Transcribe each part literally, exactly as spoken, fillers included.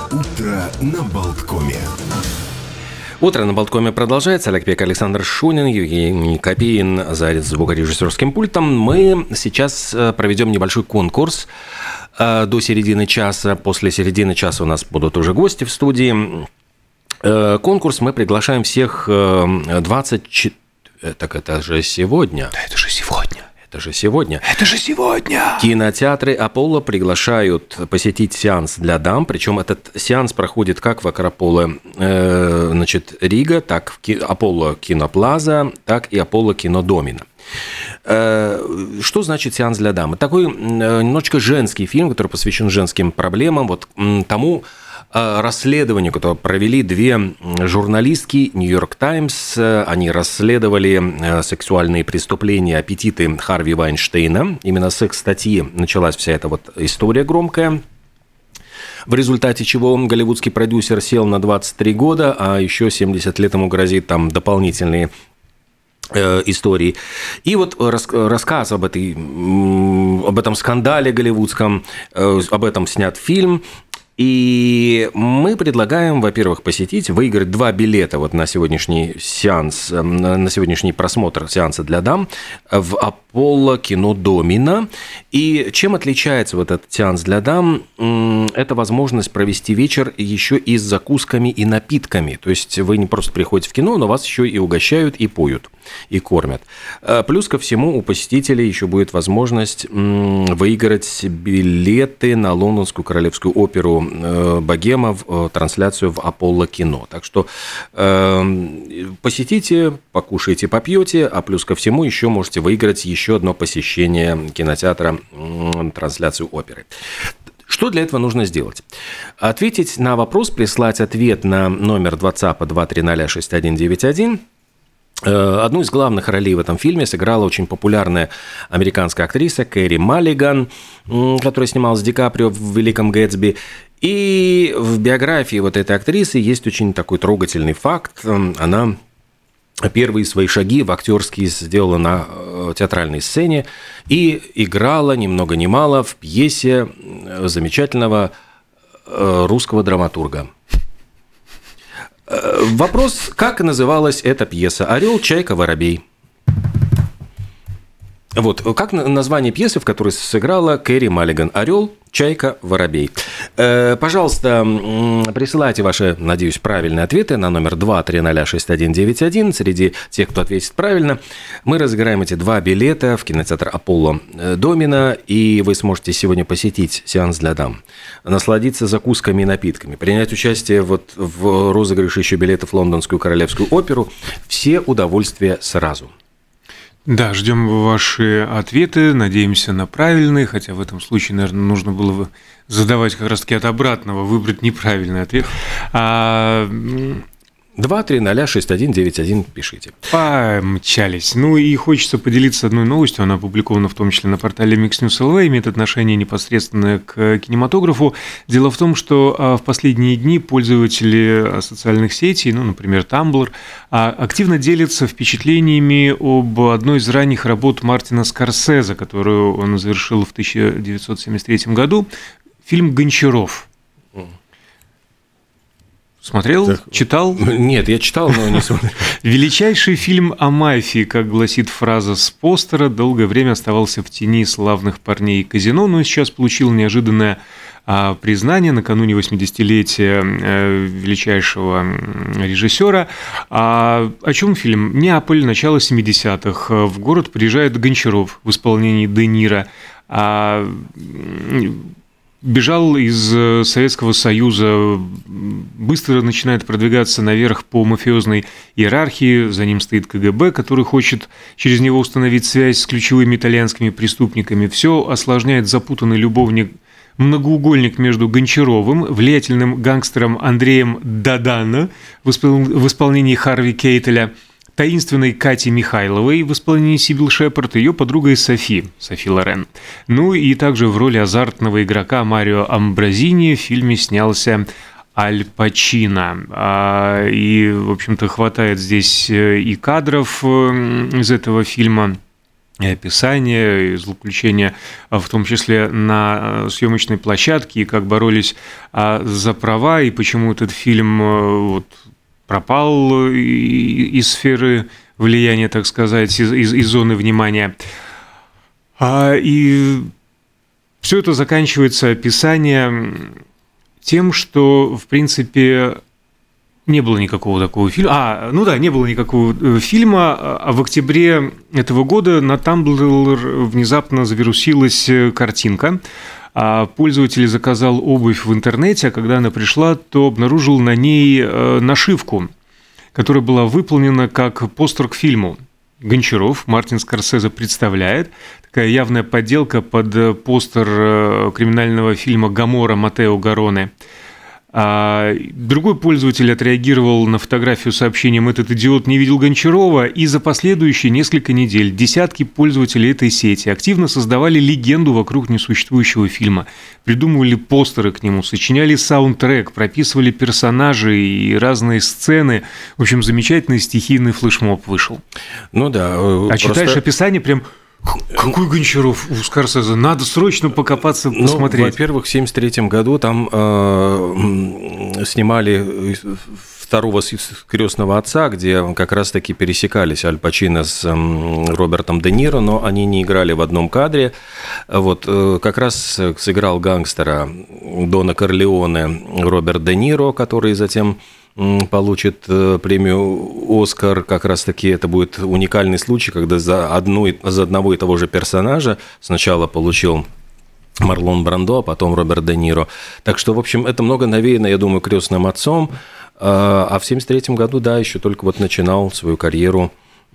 Утро на Болткоме. Утро на Болткоме продолжается. Олег Пек, Александр Шунин, Евгений Копеин за звукорежиссерским пультом. Мы сейчас проведем небольшой конкурс до середины часа. После середины часа у нас будут уже гости в студии. Конкурс мы приглашаем всех двадцать... Так это же сегодня. Да, это же сегодня. Это же сегодня. Это же сегодня. Кинотеатры Аполло приглашают посетить сеанс для дам. Причем этот сеанс проходит как в Акрополе, э, значит, Рига, так в ки- Аполло Киноплаза, так и Аполло Кинодомина. Э, что значит сеанс для дам? Это такой э, немножечко женский фильм, который посвящен женским проблемам, вот э, тому расследованию, которое провели две журналистки «Нью-Йорк Таймс». Они расследовали сексуальные преступления, аппетиты Харви Вайнштейна. Именно с их статьи началась вся эта вот история громкая, в результате чего голливудский продюсер сел на двадцать три года, а еще семьдесят лет ему грозит там дополнительные истории. И вот рассказ об, этой, об этом скандале голливудском, об этом снят фильм. И мы предлагаем, во-первых, посетить, выиграть два билета вот на сегодняшний сеанс, на сегодняшний просмотр сеанса для дам в Аполло Кинодомина. И чем отличается вот этот сеанс для дам? Это возможность провести вечер еще и с закусками и напитками. То есть вы не просто приходите в кино, но вас еще и угощают, и поют, и кормят. Плюс ко всему у посетителей еще будет возможность выиграть билеты на Лондонскую королевскую оперу «Богема» в трансляцию в Аполло Кино. Так что э, посетите, покушайте, попьете, а плюс ко всему еще можете выиграть еще одно посещение кинотеатра, э, трансляцию оперы. Что для этого нужно сделать? Ответить на вопрос, прислать ответ на номер WhatsApp два три ноль шесть один девять один. Одну из главных ролей в этом фильме сыграла очень популярная американская актриса Кэрри Маллиган, которая снималась с Ди Каприо в «Великом Гэтсби». И в биографии вот этой актрисы есть очень такой трогательный факт. Она первые свои шаги в актерские сделала на театральной сцене и играла ни много ни мало в пьесе замечательного русского драматурга. Вопрос, как называлась эта пьеса? «Орел, чайка, воробей». Вот, как название пьесы, в которой сыграла Кэрри Маллиган? «Орел, чайка, воробей». Пожалуйста, присылайте ваши, надеюсь, правильные ответы на номер два три ноль шесть один девять один. Среди тех, кто ответит правильно, мы разыграем эти два билета в кинотеатр Аполло Домина, и вы сможете сегодня посетить сеанс для дам, насладиться закусками и напитками, принять участие вот в розыгрыше еще билетов в Лондонскую королевскую оперу. Все удовольствия сразу. Да, ждем ваши ответы, надеемся на правильные, хотя в этом случае, наверное, нужно было бы задавать как раз-таки от обратного, выбрать неправильный ответ. А... два три ноль шесть один девять один пишите. Помчались. Ну и хочется поделиться одной новостью, она опубликована в том числе на портале Mix News эл ви, имеет отношение непосредственно к кинематографу. Дело в том, что в последние дни пользователи социальных сетей, ну, например, Tumblr, активно делятся впечатлениями об одной из ранних работ Мартина Скорсезе, которую он завершил в тысяча девятьсот семьдесят третьем году, фильм «Гончаров». Смотрел? Так, читал? Нет, я читал, но не смотрел. Величайший фильм о мафии, как гласит фраза с постера, долгое время оставался в тени славных парней казино, но сейчас получил неожиданное признание накануне восьмидесятилетия величайшего режиссера. А о чем фильм? Неаполь, начало семидесятых. В город приезжает Гончаров в исполнении Де Ниро. Бежал из Советского Союза, быстро начинает продвигаться наверх по мафиозной иерархии, за ним стоит ка гэ бэ, который хочет через него установить связь с ключевыми итальянскими преступниками. Все осложняет запутанный любовник, многоугольник между Гончаровым, влиятельным гангстером Андреем Дадано в исполнении Харви Кейтеля, таинственной Кати Михайловой в исполнении Сибил Шепард, ее подругой Софи, Софи Лорен. Ну и также в роли азартного игрока Марио Амброзини в фильме снялся Аль Пачино. И, в общем-то, хватает здесь и кадров из этого фильма. и описание, и злоключения, в том числе на съемочной площадке, и как боролись за права, и почему этот фильм вот пропал из сферы влияния, так сказать, из, из, из зоны внимания. И все это заканчивается описанием тем, что, в принципе, не было никакого такого фильма. А, ну да, не было никакого фильма, а в октябре этого года на Tumblr внезапно завирусилась картинка. Пользователь заказал обувь в интернете, а когда она пришла, то обнаружил на ней нашивку, которая была выполнена как постер к фильму. Гончаров, Мартин Скорсезе представляет. Такая явная подделка под постер криминального фильма «Гоморра» Маттео Гарроне. А другой пользователь отреагировал на фотографию сообщением «Этот идиот не видел Гончарова», и за последующие несколько недель десятки пользователей этой сети активно создавали легенду вокруг несуществующего фильма, придумывали постеры к нему, сочиняли саундтрек, прописывали персонажей и разные сцены. В общем, замечательный стихийный флешмоб вышел. Ну да. А просто... читаешь описание, прям... Какой Гончаров у Скорсезе? Надо срочно покопаться, посмотреть. Ну, во-первых, в семьдесят третьем году там э, снимали второго крестного отца, где как раз-таки пересекались Аль Пачино с э, Робертом Де Ниро, но они не играли в одном кадре. Вот, э, как раз сыграл гангстера Дона Корлеоне Роберт Де Ниро, который затем получит премию «Оскар». Как раз-таки это будет уникальный случай, когда за, одну, за одного и того же персонажа сначала получил Марлон Брандо, а потом Роберт Де Ниро. Так что, в общем, это много навеяно, я думаю, «Крестным отцом». А в семьдесят третьем году, да, еще только вот начинал свою карьеру.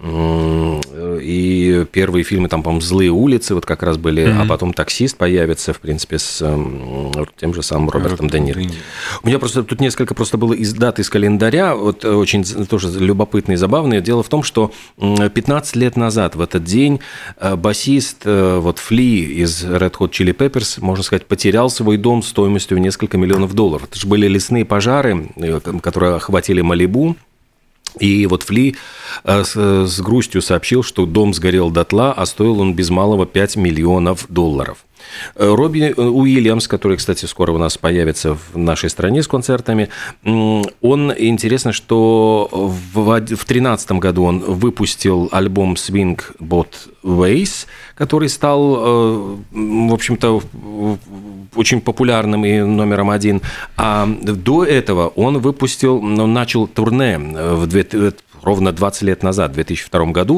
И первые фильмы, там, по-моему, «Злые улицы» вот как раз были, mm-hmm. а потом «Таксист» появится, в принципе, с тем же самым Робертом Де Ниро. У меня просто тут несколько просто было из дат из календаря, вот очень тоже любопытные и забавные. Дело в том, что пятнадцать лет назад в этот день басист вот Фли из Red Hot Chili Peppers, можно сказать, потерял свой дом стоимостью в несколько миллионов долларов. Это же были лесные пожары, которые охватили Малибу. И вот Фли с, с грустью сообщил, что дом сгорел дотла, а стоил он без малого пять миллионов долларов. Робби Уильямс, который, кстати, скоро у нас появится в нашей стране с концертами, он, интересно, что в две тысячи тринадцатом году он выпустил альбом Swing Both Ways, который стал, в общем-то, очень популярным и номером один. А до этого он выпустил, он начал турне в ровно двадцать лет назад, в две тысячи втором году,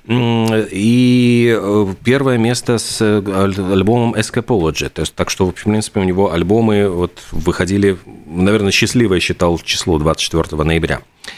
и первое место с альбомом Escapology. То есть, так что, в принципе, у него альбомы вот выходили, наверное, счастливое считал число двадцать четвёртого ноября.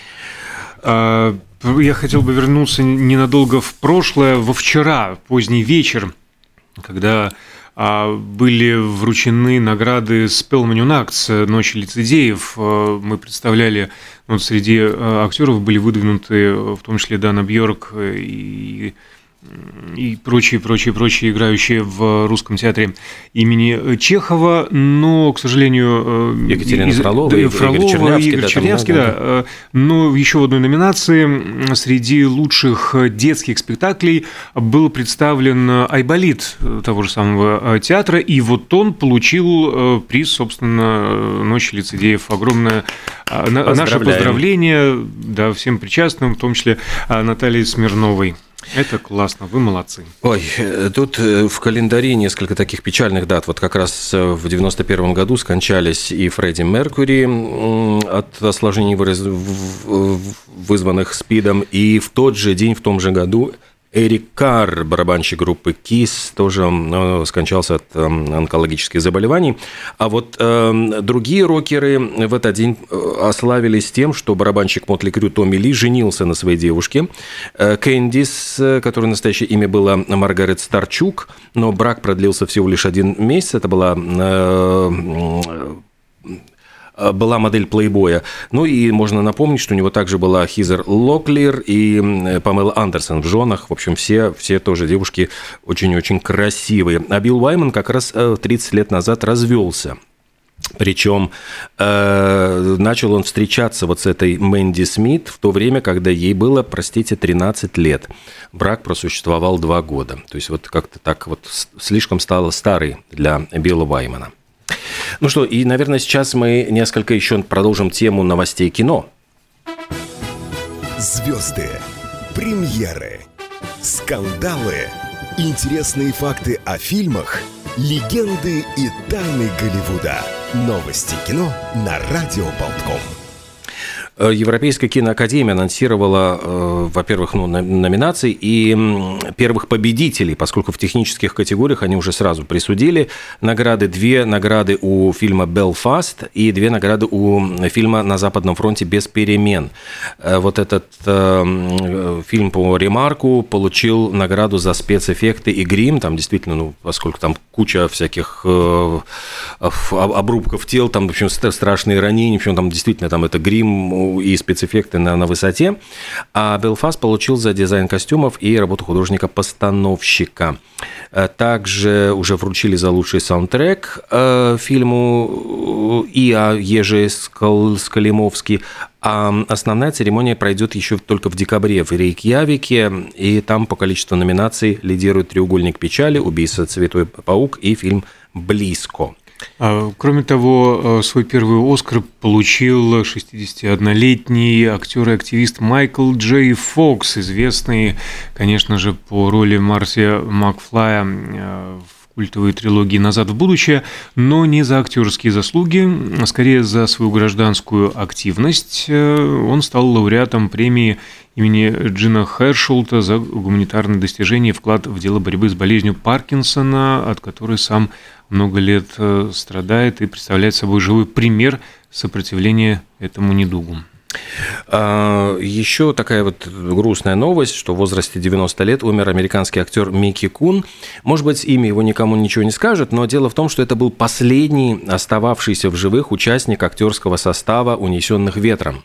Я хотел бы вернуться ненадолго в прошлое, во вчера, поздний вечер, когда были вручены награды Spelman Acts «Ночи лицедеев». Мы представляли, вот среди актеров были выдвинуты в том числе Дана Бьорк и, и прочие, прочие, прочие играющие в русском театре имени Чехова, но, к сожалению... Екатерина из... Фролова, да, Игорь Фролова, Чернявский. Игорь да, Чернявский, да, да. Но еще в одной номинации среди лучших детских спектаклей был представлен «Айболит» того же самого театра, и вот он получил приз, собственно, «Ночи лицедеев». Огромное наше поздравление, да, всем причастным, в том числе Наталье Смирновой. Это классно, вы молодцы. Ой, тут в календаре несколько таких печальных дат. Вот как раз в девяносто первом году скончались и Фредди Меркьюри от осложнений, вызванных СПИДом, и в тот же день, в том же году, Эрик Карр, барабанщик группы Kiss, тоже скончался от онкологических заболеваний. А вот э, другие рокеры в этот день ославились тем, что барабанщик Мотли Крю Томми Ли женился на своей девушке Кэндис, которое настоящее имя было Маргарет Старчук, но брак продлился всего лишь один месяц. Это была... Э, была модель плейбоя. Ну и можно напомнить, что у него также была Хизер Локлир и Памела Андерсон в женах. В общем, все, все тоже девушки очень-очень красивые. А Билл Уайман как раз тридцать лет назад развелся. Причем э, начал он встречаться вот с этой Мэнди Смит в то время, когда ей было, простите, тринадцать лет. Брак просуществовал два года. То есть вот как-то так вот слишком стало старый для Билла Ваймана. Ну что, и, наверное, сейчас мы несколько еще продолжим тему новостей кино. Звезды, премьеры, скандалы, интересные факты о фильмах, легенды и тайны Голливуда. Новости кино на Радио Болтком. Европейская киноакадемия анонсировала, во-первых, ну, номинации и первых победителей, поскольку в технических категориях они уже сразу присудили награды. Две награды у фильма «Белфаст» и две награды у фильма «На Западном фронте без перемен». Вот этот э, фильм по ремарку получил награду за спецэффекты и грим. Там действительно, ну, поскольку там куча всяких э, обрубков тел, там, в общем, страшные ранения, в общем, там действительно там это грим и спецэффекты на, на высоте, а Белфаст получил за дизайн костюмов и работу художника-постановщика. Также уже вручили за лучший саундтрек э, фильму и о Ежи Скалимовски. А основная церемония пройдет еще только в декабре в Рейкьявике, и там по количеству номинаций лидирует «Треугольник печали», «Убийца Цветой паук» и фильм «Близко». Кроме того, свой первый «Оскар» получил шестидесятиоднолетний актер и активист Майкл Джей Фокс, известный, конечно же, по роли Марти Макфлая в культовой трилогии «Назад в будущее», но не за актерские заслуги, а скорее за свою гражданскую активность. Он стал лауреатом премии имени Джина Хершолта за гуманитарные достижения и вклад в дело борьбы с болезнью Паркинсона, от которой сам много лет страдает и представляет собой живой пример сопротивления этому недугу. Еще такая вот грустная новость, что в возрасте девяноста лет умер американский актер Микки Кун. Может быть, имя его никому ничего не скажет, но дело в том, что это был последний остававшийся в живых участник актерского состава «Унесенных ветром».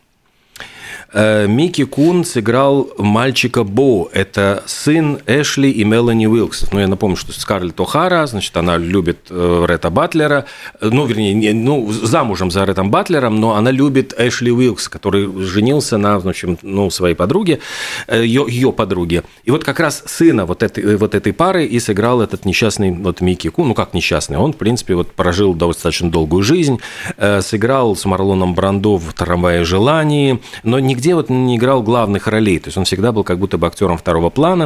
Микки Кун сыграл мальчика Бо. Это сын Эшли и Мелани Уилкс. Ну, я напомню, что Скарлетт О'Хара, значит, она любит Ретта Батлера. Ну, вернее, не, ну, замужем за Реттом Батлером, но она любит Эшли Уилкс, который женился на, в общем, ну, своей подруге, ее, ее подруге. И вот как раз сына вот этой, вот этой пары и сыграл этот несчастный вот Микки Кун. Ну, как несчастный? Он, в принципе, вот прожил достаточно долгую жизнь, сыграл с Марлоном Брандо в «Трамвае желаний», но нигде где вот не играл главных ролей, то есть он всегда был как будто бы актером второго плана,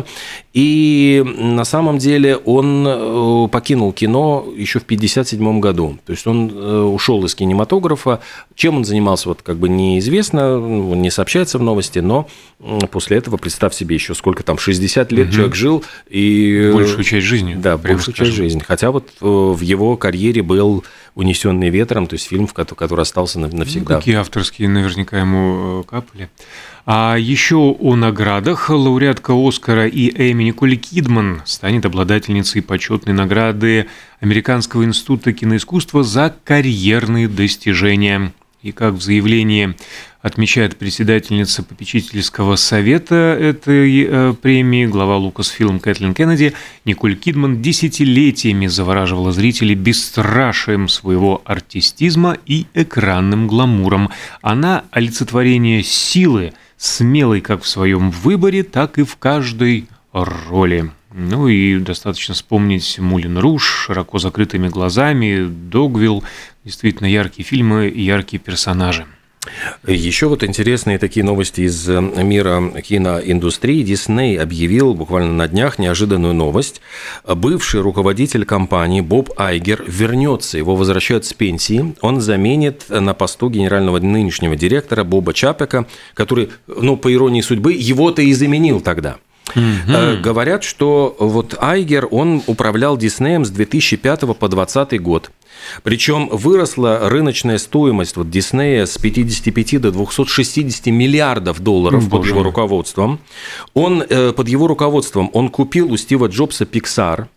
и на самом деле он покинул кино еще в пятьдесят седьмом году, то есть он ушел из кинематографа, чем он занимался, вот как бы неизвестно, не сообщается в новости, но после этого, представь себе, еще сколько там, шестьдесят лет угу. человек жил, и... Большую часть жизни. Да, большую часть жизни, хотя вот в его карьере был «Унесенный ветром», то есть фильм, который остался навсегда. Ну, какие авторские наверняка ему капали. А еще о наградах. Лауреатка «Оскара» и Эмми Николь Кидман станет обладательницей почетной награды Американского института киноискусства за карьерные достижения. И как в заявлении отмечает председательница попечительского совета этой премии, глава Lucasfilm Кэтлин Кеннеди, Николь Кидман десятилетиями завораживала зрителей бесстрашием своего артистизма и экранным гламуром. Она олицетворение силы, смелой как в своем выборе, так и в каждой роли. Ну и достаточно вспомнить «Мулен Руж», «Широко закрытыми глазами», «Догвилл». Действительно яркие фильмы и яркие персонажи. Еще вот интересные такие новости из мира киноиндустрии. Дисней объявил буквально на днях неожиданную новость. Бывший руководитель компании Боб Айгер вернется, его возвращают с пенсии. Он заменит на посту генерального нынешнего директора Боба Чапека, который, ну, по иронии судьбы, его-то и заменил тогда. Mm-hmm. Говорят, что вот Айгер, он управлял Диснеем с две тысячи пятого по двадцатый год. Причем выросла рыночная стоимость вот Диснея с пятидесяти пяти до двухсот шестидесяти миллиардов долларов mm-hmm. под его руководством. Он, под его руководством он купил у Стива Джобса Pixar.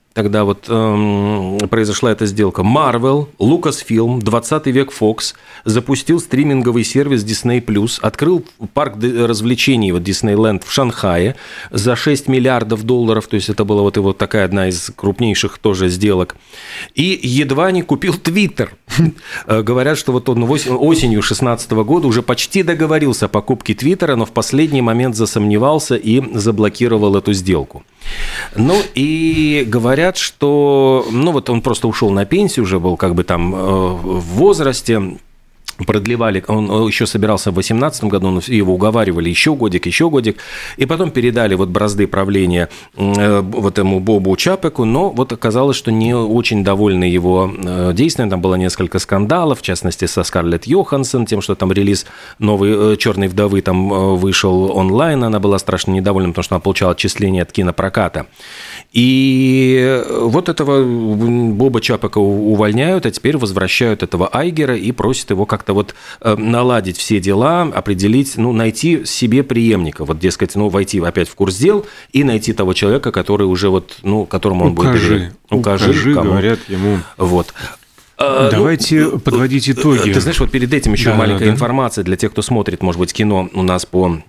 тогда вот эм, произошла эта сделка. Marvel, Lucasfilm, двадцатый век Fox запустил стриминговый сервис Disney+, открыл парк развлечений вот Disneyland в Шанхае за шесть миллиардов долларов, то есть это была вот его такая одна из крупнейших тоже сделок. И едва не купил Twitter. Говорят, что вот он осенью шестнадцатого года уже почти договорился о покупке Твиттера, но в последний момент засомневался и заблокировал эту сделку. Ну и говорят, что ну вот он просто ушел на пенсию, уже был как бы там в возрасте. Продлевали, он еще собирался в две тысячи восемнадцатом году, но его уговаривали еще годик, еще годик, и потом передали вот бразды правления вот этому Бобу Чапеку, но вот оказалось, что не очень довольны его действиями, там было несколько скандалов, в частности, со Скарлетт Йоханссон, тем, что там релиз новой «Черной вдовы» там вышел онлайн, она была страшно недовольна, потому что она получала отчисления от кинопроката. И вот этого Боба Чапека увольняют, а теперь возвращают этого Айгера и просят его как-то вот наладить все дела, определить, ну, найти себе преемника, вот, дескать, ну, войти опять в курс дел и найти того человека, который уже вот, ну, которому он укажи, будет доверять. Укажи, укажи кому. Говорят ему. Вот. Давайте ну, подводить итоги. Ты знаешь, вот перед этим еще да, маленькая да, информация для тех, кто смотрит, может быть, кино у нас по...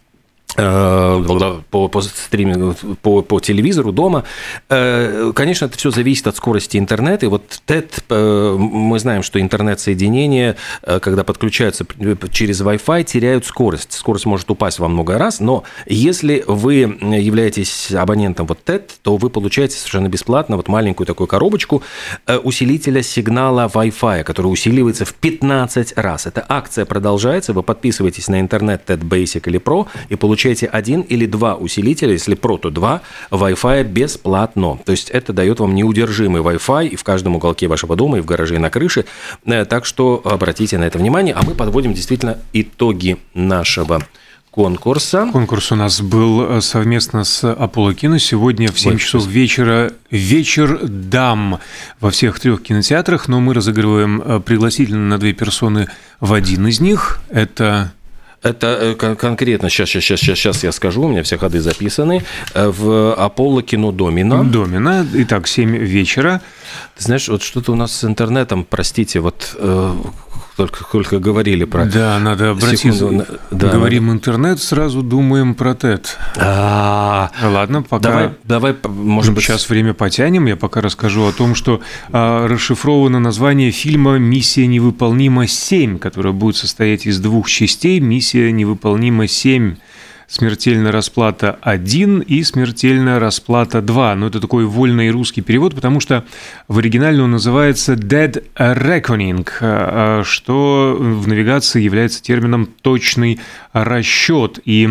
По, по стримингу, по, по телевизору дома. Конечно, это все зависит от скорости интернета. И вот тет, мы знаем, что интернет-соединения, когда подключаются через Wi-Fi, теряют скорость. Скорость может упасть во много раз, но если вы являетесь абонентом вот тет, то вы получаете совершенно бесплатно вот маленькую такую коробочку усилителя сигнала Wi-Fi, который усиливается в пятнадцать раз. Эта акция продолжается, вы подписываетесь на интернет тет Basic или Pro и получаете Получаете один или два усилителя, если Pro, то два, Wi-Fi бесплатно. То есть это дает вам неудержимый Wi-Fi и в каждом уголке вашего дома, и в гараже, и на крыше. Так что обратите на это внимание. А мы подводим действительно итоги нашего конкурса. Конкурс у нас был совместно с Apollo Kino. Сегодня в семь часов вечера вечер дам во всех трех кинотеатрах, но мы разыгрываем пригласительно на две персоны в один из них. Это... Это конкретно, сейчас, сейчас, сейчас, сейчас я скажу, у меня все ходы записаны, в Apollo Kino Domino. Домино, итак, семь вечера. Ты знаешь, вот что-то у нас с интернетом, простите, вот э, только, только говорили про... Да, надо обратиться. Да, говорим надо... интернет, сразу думаем про тет. А-а-а. Ладно, пока... Давай, давай, может быть... Сейчас время потянем, я пока расскажу о том, что а, расшифровано название фильма «Миссия невыполнима семь», которая будет состоять из двух частей. «Миссия невыполнима семь». «Смертельная расплата один» и «Смертельная расплата два». Но это такой вольный русский перевод, потому что в оригинале он называется «Dead Reckoning», что в навигации является термином «точный расчет». И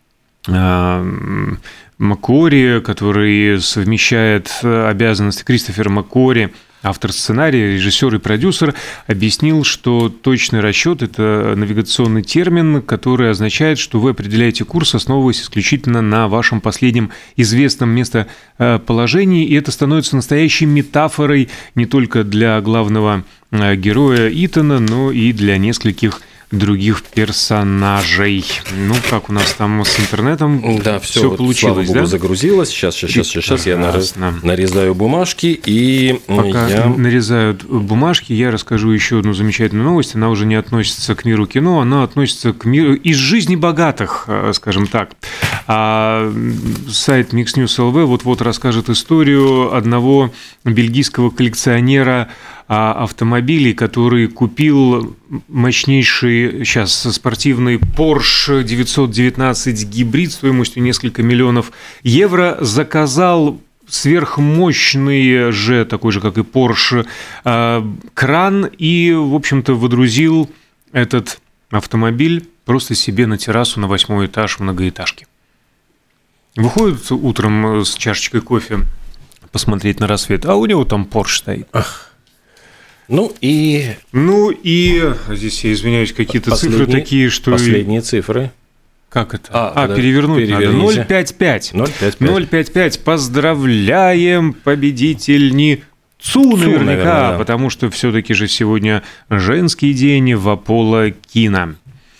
Маккори, который совмещает обязанности Кристофера Маккори, автор сценария, режиссер и продюсер, объяснил, что точный расчет – это навигационный термин, который означает, что вы определяете курс, основываясь исключительно на вашем последнем известном местоположении, и это становится настоящей метафорой не только для главного героя Итана, но и для нескольких других персонажей. Ну, как у нас там с интернетом? Да, все, все вот, получилось, слава богу, да? Загрузилось. Сейчас, сейчас, сейчас, сейчас я нарезаю бумажки и Пока я... нарезают бумажки, я расскажу еще одну замечательную новость. Она уже не относится к миру кино, она относится к миру из жизни богатых, скажем так. А сайт Mixnews точка эл ви вот-вот расскажет историю одного бельгийского коллекционера автомобилей, который купил мощнейший сейчас спортивный Porsche девятьсот девятнадцать гибрид стоимостью несколько миллионов евро, заказал сверхмощный же, такой же, как и Porsche, кран и, в общем-то, выдрузил этот автомобиль просто себе на террасу на восьмой этаж многоэтажки. Выходит утром с чашечкой кофе посмотреть на рассвет, а у него там Porsche стоит. Ах. Ну и... Ну и... Здесь, я извиняюсь, какие-то цифры такие, что... Последние цифры. Как это? А, а перевернуть надо. ноль целых пять десятых. ноль целых пять десятых. Поздравляем победительницу наверняка, наверное, да. Потому что все-таки же сегодня женский день в Apollo Kino.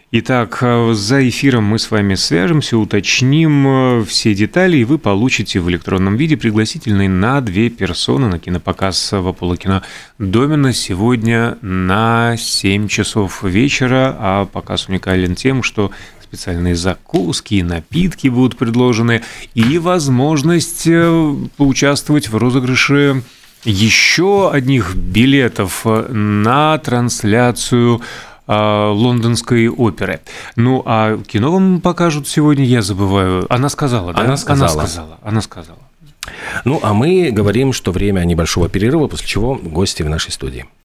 Итак, за эфиром мы с вами свяжемся, уточним все детали, и вы получите в электронном виде пригласительный на две персоны на кинопоказ в Аполло Кино Домино сегодня на семь часов вечера. А показ уникален тем, что специальные закуски и напитки будут предложены, и возможность поучаствовать в розыгрыше еще одних билетов на трансляцию лондонской оперы. Ну, а кино вам покажут сегодня, я забываю. Она сказала, да? Она сказала. Она сказала. Она сказала. Ну, а мы говорим, что время небольшого перерыва, после чего гости в нашей студии.